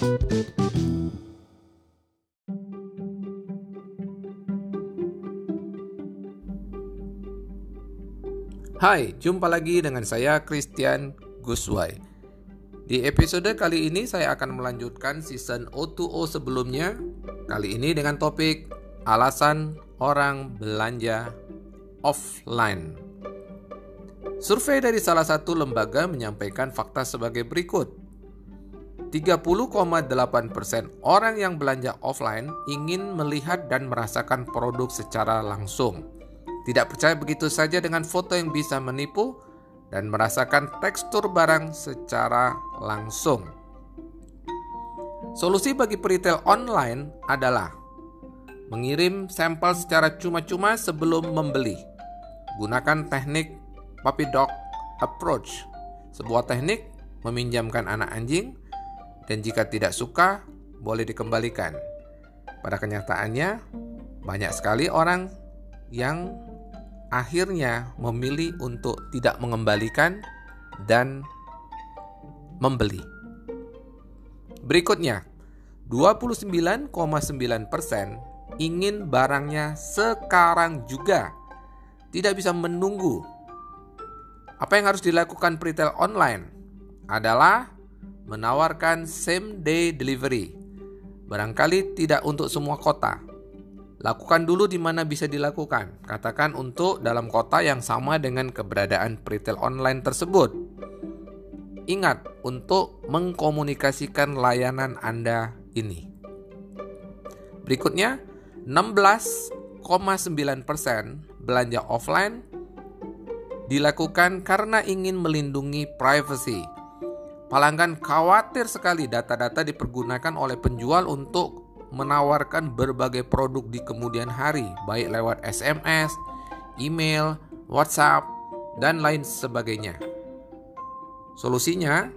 Hai, jumpa lagi dengan saya Christian Guswai. Di episode kali ini saya akan melanjutkan season O2O sebelumnya. Kali ini dengan topik alasan orang belanja offline. Survei dari salah satu lembaga menyampaikan fakta sebagai berikut. 30,8% orang yang belanja offline ingin melihat dan merasakan produk secara langsung. Tidak percaya begitu saja dengan foto yang bisa menipu dan merasakan tekstur barang secara langsung. Solusi bagi retail online adalah mengirim sampel secara cuma-cuma sebelum membeli. Gunakan teknik puppy dog approach, sebuah teknik meminjamkan anak anjing dan jika tidak suka boleh dikembalikan. Pada kenyataannya, banyak sekali orang yang akhirnya memilih untuk tidak mengembalikan dan membeli. Berikutnya, 29,9% ingin barangnya sekarang juga, tidak bisa menunggu. Apa yang harus dilakukan retail online adalah menawarkan same day delivery. Barangkali tidak untuk semua kota. Lakukan dulu di mana bisa dilakukan. Katakan untuk dalam kota yang sama dengan keberadaan retail online tersebut. Ingat untuk mengkomunikasikan layanan Anda ini. Berikutnya, 16,9% belanja offline dilakukan karena ingin melindungi privacy. Pelanggan khawatir sekali data-data dipergunakan oleh penjual untuk menawarkan berbagai produk di kemudian hari, baik lewat SMS, email, WhatsApp, dan lain sebagainya. Solusinya,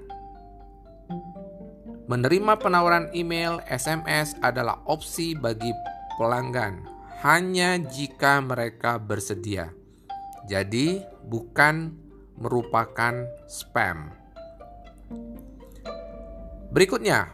menerima penawaran email, SMS adalah opsi bagi pelanggan hanya jika mereka bersedia. Jadi, bukan merupakan spam. Berikutnya,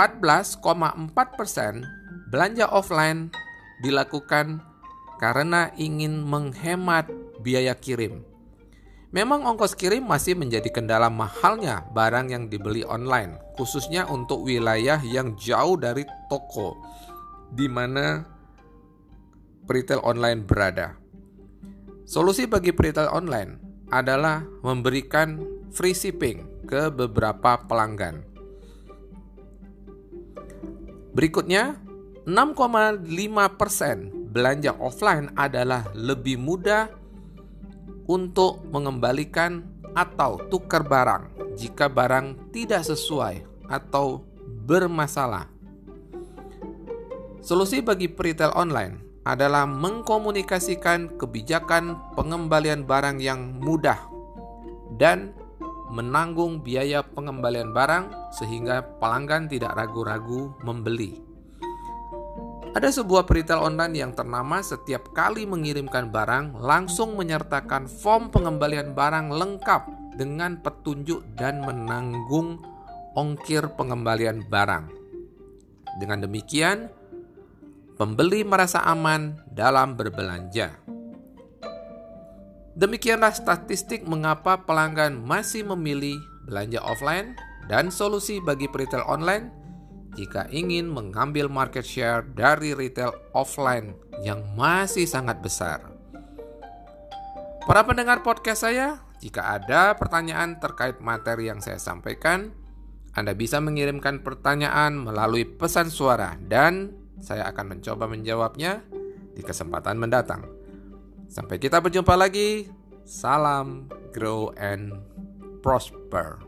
14,4% belanja offline dilakukan karena ingin menghemat biaya kirim. Memang ongkos kirim masih menjadi kendala mahalnya barang yang dibeli online, khususnya untuk wilayah yang jauh dari toko di mana retail online berada. Solusi bagi retail online adalah memberikan free shipping ke beberapa pelanggan. Berikutnya, 6,5% belanja offline adalah lebih mudah untuk mengembalikan atau tukar barang jika barang tidak sesuai atau bermasalah. Solusi bagi retail online adalah mengkomunikasikan kebijakan pengembalian barang yang mudah dan menanggung biaya pengembalian barang sehingga pelanggan tidak ragu-ragu membeli. Ada sebuah retail online yang ternama setiap kali mengirimkan barang langsung menyertakan form pengembalian barang lengkap dengan petunjuk dan menanggung ongkir pengembalian barang. Dengan demikian, pembeli merasa aman dalam berbelanja. Demikianlah statistik mengapa pelanggan masih memilih belanja offline dan solusi bagi retail online jika ingin mengambil market share dari retail offline yang masih sangat besar. Para pendengar podcast saya, jika ada pertanyaan terkait materi yang saya sampaikan, Anda bisa mengirimkan pertanyaan melalui pesan suara dan saya akan mencoba menjawabnya di kesempatan mendatang. Sampai kita berjumpa lagi. Salam, grow and prosper.